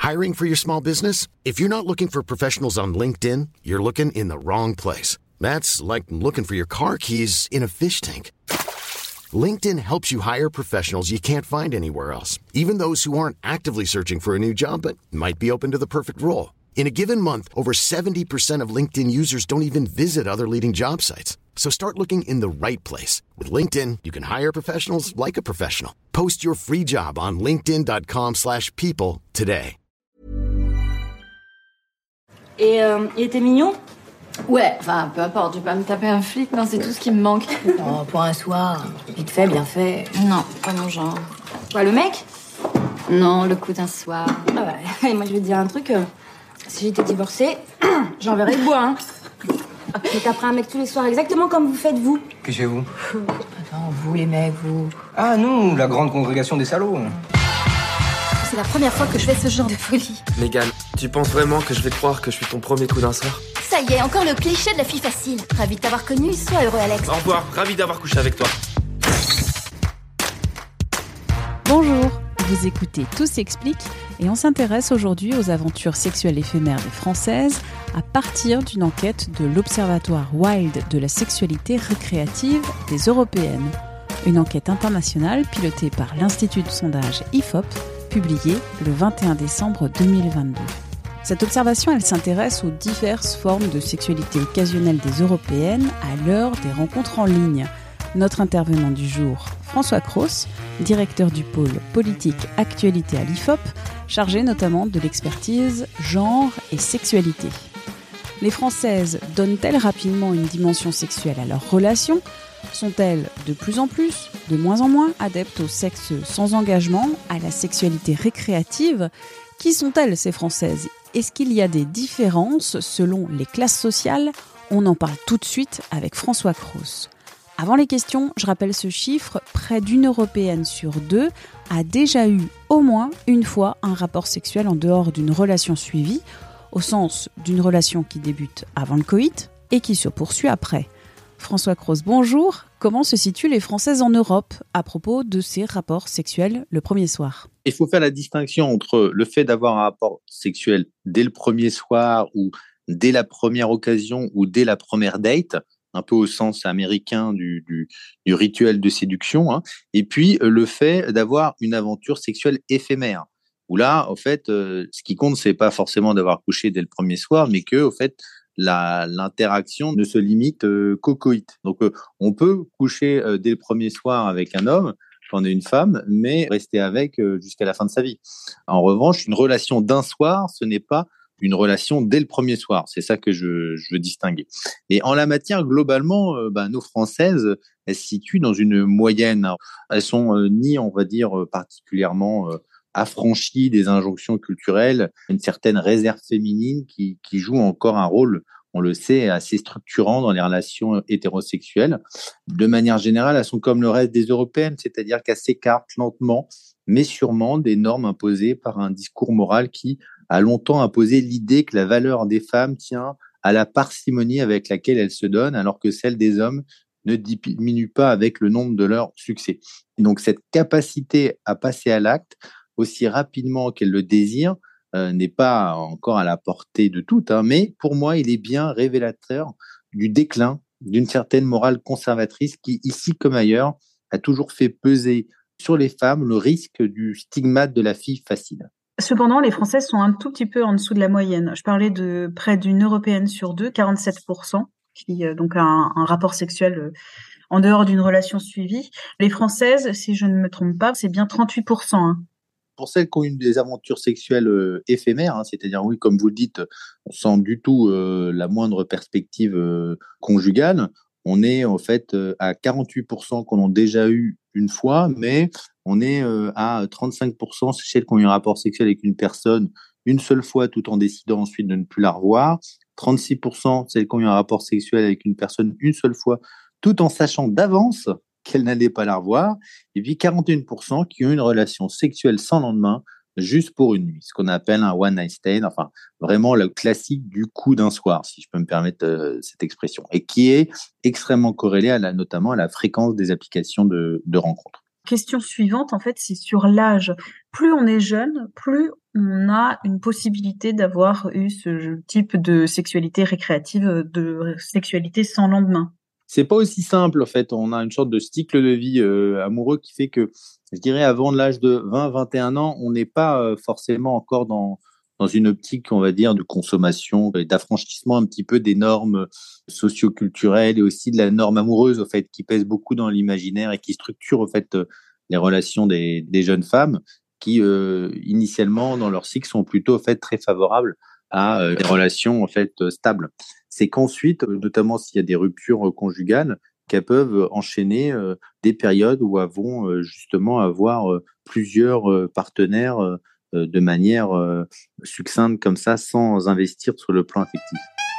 Hiring for your small business? If you're not looking for professionals on LinkedIn, you're looking in the wrong place. That's like looking for your car keys in a fish tank. LinkedIn helps you hire professionals you can't find anywhere else, even those who aren't actively searching for a new job but might be open to the perfect role. In a given month, over 70% of LinkedIn users don't even visit other leading job sites. So start looking in the right place. With LinkedIn, you can hire professionals like a professional. Post your free job on linkedin.com/people today. Et il était mignon ? Ouais, enfin, peu importe, je vais pas me taper un flic, non, c'est tout ce qui me manque. Oh, pour un soir, vite fait, bien fait. Non, pas mon genre. Quoi, le mec ? Non, le coup d'un soir. Ah ouais, et moi je vais te dire un truc, si j'étais divorcée, j'enverrais le bois, hein. Je taperais un mec tous les soirs, exactement comme vous faites, vous. Que chez vous ? Attends, vous les mecs, vous... Ah non, la grande congrégation des salauds. C'est la première fois que je fais ce genre de folie. Mégane, tu penses vraiment que je vais croire que je suis ton premier coup d'un soir ? Ça y est, encore le cliché de la fille facile. Ravi de t'avoir connu, sois heureux, Alex. Au revoir, ravi d'avoir couché avec toi. Bonjour, vous écoutez Tout s'explique et on s'intéresse aujourd'hui aux aventures sexuelles éphémères des Françaises à partir d'une enquête de l'Observatoire Wild de la sexualité récréative des Européennes. Une enquête internationale pilotée par l'Institut de sondage IFOP, publiée le 21 décembre 2022. Cette observation, elle s'intéresse aux diverses formes de sexualité occasionnelle des Européennes à l'heure des rencontres en ligne. Notre intervenant du jour, François Cros, directeur du pôle politique actualité à l'IFOP, chargé notamment de l'expertise genre et sexualité. Les Françaises donnent-elles rapidement une dimension sexuelle à leurs relations ? Sont-elles de plus en plus, de moins en moins adeptes au sexe sans engagement, à la sexualité récréative ? Qui sont-elles, ces Françaises ? Est-ce qu'il y a des différences selon les classes sociales ? On en parle tout de suite avec François Cros. Avant les questions, je rappelle ce chiffre, près d'une Européenne sur deux a déjà eu au moins une fois un rapport sexuel en dehors d'une relation suivie, au sens d'une relation qui débute avant le coït et qui se poursuit après. François Cros, bonjour. Comment se situent les Françaises en Europe à propos de ces rapports sexuels le premier soir ? Il faut faire la distinction entre le fait d'avoir un rapport sexuel dès le premier soir ou dès la première occasion ou dès la première date, un peu au sens américain du rituel de séduction, hein, et puis le fait d'avoir une aventure sexuelle éphémère, où là, en fait, ce qui compte, c'est pas forcément d'avoir couché dès le premier soir, mais que, au fait, l'interaction ne se limite qu'au coït. Donc, on peut coucher dès le premier soir avec un homme, quand on est une femme, mais rester avec jusqu'à la fin de sa vie. En revanche, une relation d'un soir, ce n'est pas une relation dès le premier soir. C'est ça que je veux distinguer. Et en la matière, globalement, nos Françaises, elles se situent dans une moyenne. Elles sont ni, on va dire, particulièrement affranchies des injonctions culturelles, une certaine réserve féminine qui joue encore un rôle, on le sait, assez structurant dans les relations hétérosexuelles. De manière générale, elles sont comme le reste des Européennes, c'est-à-dire qu'elles s'écartent lentement, mais sûrement des normes imposées par un discours moral qui a longtemps imposé l'idée que la valeur des femmes tient à la parcimonie avec laquelle elles se donnent, alors que celle des hommes ne diminue pas avec le nombre de leurs succès. Donc cette capacité à passer à l'acte aussi rapidement qu'elles le désirent n'est pas encore à la portée de toutes, hein, mais pour moi, il est bien révélateur du déclin d'une certaine morale conservatrice qui, ici comme ailleurs, a toujours fait peser sur les femmes le risque du stigmate de la fille facile. Cependant, les Françaises sont un tout petit peu en dessous de la moyenne. Je parlais de près d'une Européenne sur deux, 47%, qui donc a un rapport sexuel en dehors d'une relation suivie. Les Françaises, si je ne me trompe pas, c'est bien 38%. Hein. Pour celles qui ont eu des aventures sexuelles éphémères, hein, c'est-à-dire, oui, comme vous le dites, sans du tout la moindre perspective conjugale, on est en fait à 48% qu'on a déjà eu une fois, mais on est à 35% chez celles qui ont eu un rapport sexuel avec une personne une seule fois tout en décidant ensuite de ne plus la revoir, 36% celles qui ont eu un rapport sexuel avec une personne une seule fois tout en sachant d'avance qu'elle n'allait pas la revoir, et puis 41% qui ont eu une relation sexuelle sans lendemain juste pour une nuit, ce qu'on appelle un one night stand, enfin vraiment le classique du coup d'un soir, si je peux me permettre cette expression, et qui est extrêmement corrélé notamment à la fréquence des applications de rencontres. Question suivante, en fait, c'est sur l'âge. Plus on est jeune, plus on a une possibilité d'avoir eu ce type de sexualité récréative, de sexualité sans lendemain. C'est pas aussi simple, en fait. On a une sorte de cycle de vie amoureux qui fait que, je dirais, avant l'âge de 20-21 ans, on n'est pas forcément encore dans une optique, on va dire, de consommation et d'affranchissement un petit peu des normes socioculturelles et aussi de la norme amoureuse, au fait, qui pèse beaucoup dans l'imaginaire et qui structure, au fait, les relations des jeunes femmes qui, initialement, dans leur cycle, sont plutôt, au fait, très favorables à des relations, en fait, stables. C'est qu'ensuite, notamment s'il y a des ruptures conjugales, qu'elles peuvent enchaîner des périodes où elles vont justement avoir plusieurs partenaires de manière succincte comme ça, sans investir sur le plan affectif.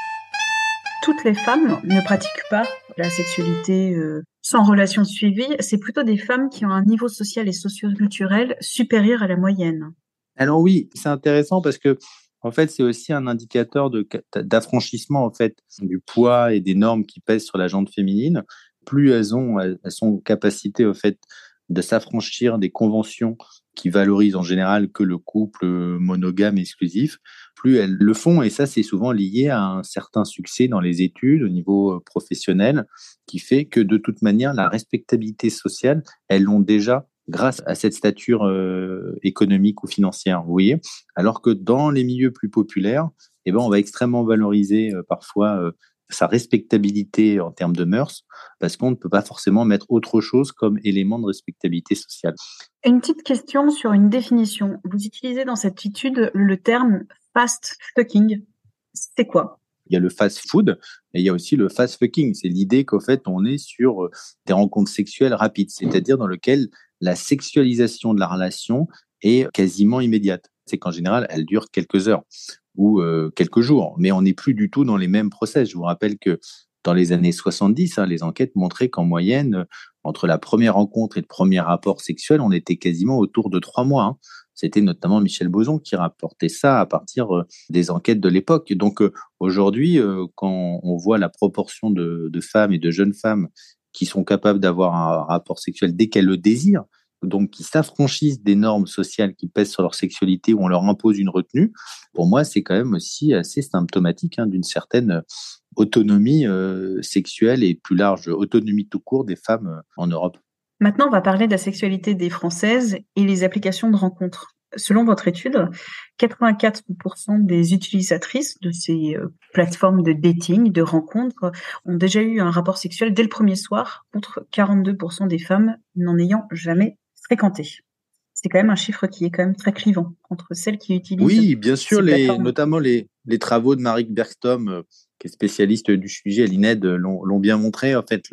Toutes les femmes ne pratiquent pas la sexualité sans relation suivie. C'est plutôt des femmes qui ont un niveau social et socio-culturel supérieur à la moyenne. Alors oui, c'est intéressant parce que en fait, c'est aussi un indicateur d'affranchissement en fait du poids et des normes qui pèsent sur la gente féminine. Plus elles sont capacité au fait de s'affranchir des conventions qui valorisent en général que le couple monogame exclusif, plus elles le font. Et ça, c'est souvent lié à un certain succès dans les études au niveau professionnel, qui fait que de toute manière, la respectabilité sociale, elles l'ont déjà grâce à cette stature économique ou financière, vous voyez. Alors que dans les milieux plus populaires, eh ben, on va extrêmement valoriser parfois sa respectabilité en termes de mœurs, parce qu'on ne peut pas forcément mettre autre chose comme élément de respectabilité sociale. Une petite question sur une définition. Vous utilisez dans cette étude le terme fast fucking. C'est quoi ? Il y a le fast food et il y a aussi le fast fucking. C'est l'idée qu'en fait, on est sur des rencontres sexuelles rapides, c'est-à-dire dans lequel la sexualisation de la relation est quasiment immédiate. C'est qu'en général, elle dure quelques heures ou quelques jours, mais on n'est plus du tout dans les mêmes process. Je vous rappelle que dans les années 70, les enquêtes montraient qu'en moyenne, entre la première rencontre et le premier rapport sexuel, on était quasiment autour de 3 mois. C'était notamment Michel Boson qui rapportait ça à partir des enquêtes de l'époque. Donc aujourd'hui, quand on voit la proportion de femmes et de jeunes femmes qui sont capables d'avoir un rapport sexuel dès qu'elles le désirent, donc qui s'affranchissent des normes sociales qui pèsent sur leur sexualité où on leur impose une retenue, pour moi, c'est quand même aussi assez symptomatique d'une certaine autonomie sexuelle et plus large autonomie tout court des femmes en Europe. Maintenant, on va parler de la sexualité des Françaises et les applications de rencontres. Selon votre étude, 84% des utilisatrices de ces plateformes de dating, de rencontres, ont déjà eu un rapport sexuel dès le premier soir, contre 42% des femmes n'en ayant jamais fréquenté. C'est quand même un chiffre qui est quand même très clivant entre celles qui utilisent. Oui, bien sûr, notamment les travaux de Marie Bergstrom, qui est spécialiste du sujet à l'INED, l'ont bien montré. En fait,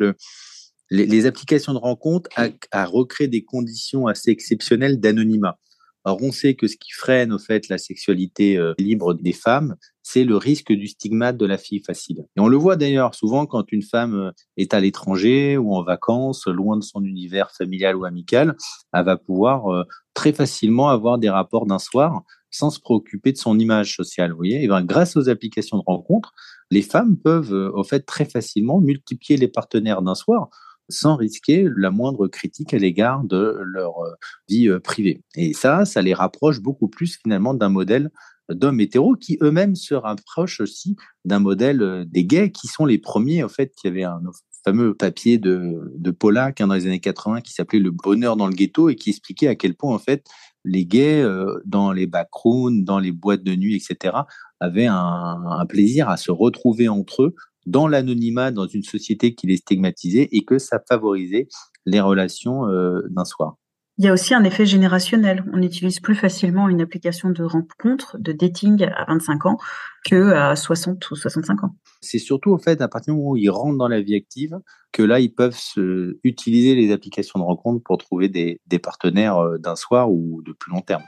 les applications de rencontre à recréer des conditions assez exceptionnelles d'anonymat. Alors, on sait que ce qui freine, au fait, la sexualité libre des femmes, c'est le risque du stigmate de la fille facile. Et on le voit d'ailleurs souvent quand une femme est à l'étranger ou en vacances, loin de son univers familial ou amical, elle va pouvoir très facilement avoir des rapports d'un soir sans se préoccuper de son image sociale, vous voyez. Et bien, grâce aux applications de rencontre, les femmes peuvent, au fait, très facilement multiplier les partenaires d'un soir sans risquer la moindre critique à l'égard de leur vie privée. Et ça les rapproche beaucoup plus finalement d'un modèle d'hommes hétéros qui eux-mêmes se rapprochent aussi d'un modèle des gays qui sont les premiers, en fait, qui avaient un fameux papier de Pollack dans les années 80 qui s'appelait Le bonheur dans le ghetto et qui expliquait à quel point, en fait, les gays, dans les backrooms, dans les boîtes de nuit, etc., avaient un plaisir à se retrouver entre eux dans l'anonymat, dans une société qui les stigmatisait et que ça favorisait les relations d'un soir. Il y a aussi un effet générationnel. On utilise plus facilement une application de rencontre, de dating à 25 ans qu'à 60 ou 65 ans. C'est surtout, au fait, à partir du moment où ils rentrent dans la vie active, que là, ils peuvent utiliser les applications de rencontre pour trouver des partenaires d'un soir ou de plus long terme.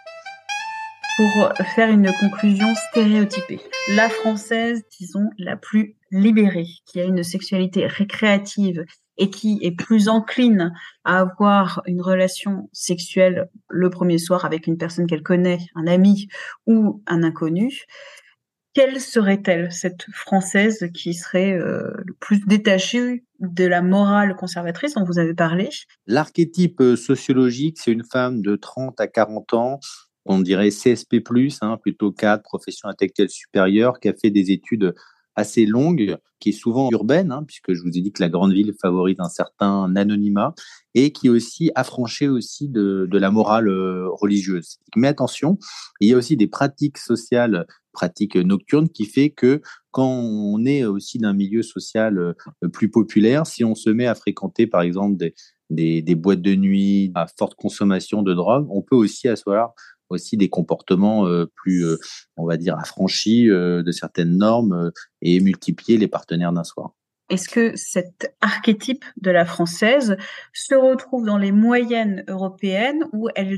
Pour faire une conclusion stéréotypée, la Française, disons, la plus libérée, qui a une sexualité récréative et qui est plus encline à avoir une relation sexuelle le premier soir avec une personne qu'elle connaît, un ami ou un inconnu, quelle serait-elle, cette Française qui serait le plus détachée de la morale conservatrice dont vous avez parlé ? L'archétype sociologique, c'est une femme de 30 à 40 ans, on dirait CSP+, plutôt cadre, profession intellectuelle supérieure, qui a fait des études assez longue, qui est souvent urbaine, puisque je vous ai dit que la grande ville favorise un certain anonymat, et qui est aussi affranchie aussi de la morale religieuse. Mais attention, il y a aussi des pratiques sociales, pratiques nocturnes, qui fait que quand on est aussi d'un milieu social plus populaire, si on se met à fréquenter par exemple des boîtes de nuit à forte consommation de drogue, on peut aussi asseoir aussi des comportements plus, on va dire, affranchis de certaines normes et multiplier les partenaires d'un soir. Est-ce que cet archétype de la française se retrouve dans les moyennes européennes ou elle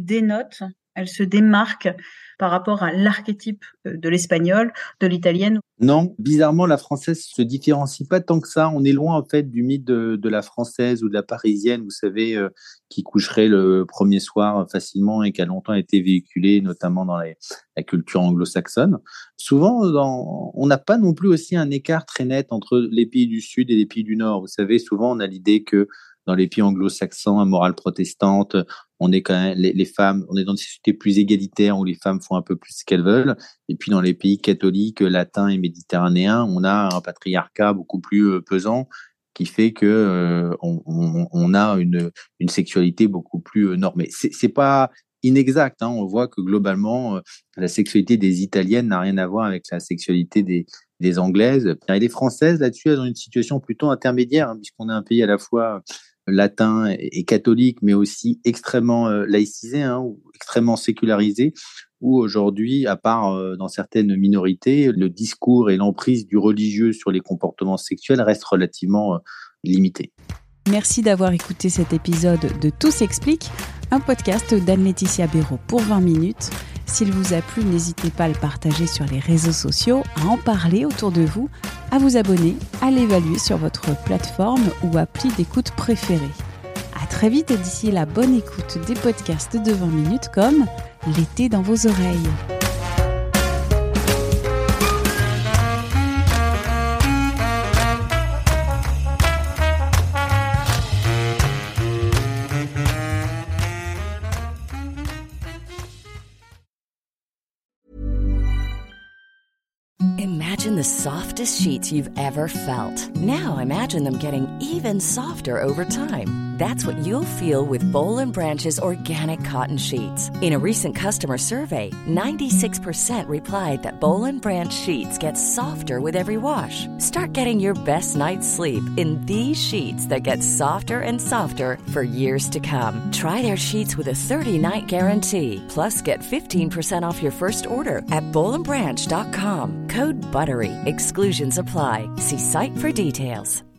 se démarque par rapport à l'archétype de l'espagnole, de l'italienne? Non, bizarrement, la française se différencie pas tant que ça. On est loin, en fait, du mythe de la française ou de la parisienne, vous savez, qui coucherait le premier soir facilement et qui a longtemps été véhiculé, notamment dans la culture anglo-saxonne. Souvent, on n'a pas non plus aussi un écart très net entre les pays du Sud et les pays du Nord. Vous savez, souvent, on a l'idée que dans les pays anglo-saxons, à morale protestante, on est quand même les femmes, on est dans des sociétés plus égalitaires où les femmes font un peu plus ce qu'elles veulent. Et puis dans les pays catholiques, latins et méditerranéens, on a un patriarcat beaucoup plus pesant qui fait que on a une sexualité beaucoup plus normée. C'est pas inexact, on voit que globalement la sexualité des Italiennes n'a rien à voir avec la sexualité des Anglaises. Et les Françaises là-dessus, elles ont une situation plutôt intermédiaire, puisqu'on est un pays à la fois latin et catholique, mais aussi extrêmement laïcisé, ou extrêmement sécularisé, où aujourd'hui, à part dans certaines minorités, le discours et l'emprise du religieux sur les comportements sexuels restent relativement limités. Merci d'avoir écouté cet épisode de Tout s'explique, un podcast d'Anne-Laetitia Béraud pour 20 minutes. S'il vous a plu, n'hésitez pas à le partager sur les réseaux sociaux, à en parler autour de vous, à vous abonner, à l'évaluer sur votre plateforme ou appli d'écoute préférée. À très vite et d'ici là, bonne écoute des podcasts de 20 minutes comme L'été dans vos oreilles. Imagine the softest sheets you've ever felt. Now imagine them getting even softer over time. That's what you'll feel with Boll & Branch's organic cotton sheets. In a recent customer survey, 96% replied that Boll & Branch sheets get softer with every wash. Start getting your best night's sleep in these sheets that get softer and softer for years to come. Try their sheets with a 30-night guarantee. Plus, get 15% off your first order at bollandbranch.com. Code BUTTERY. Exclusions apply. See site for details.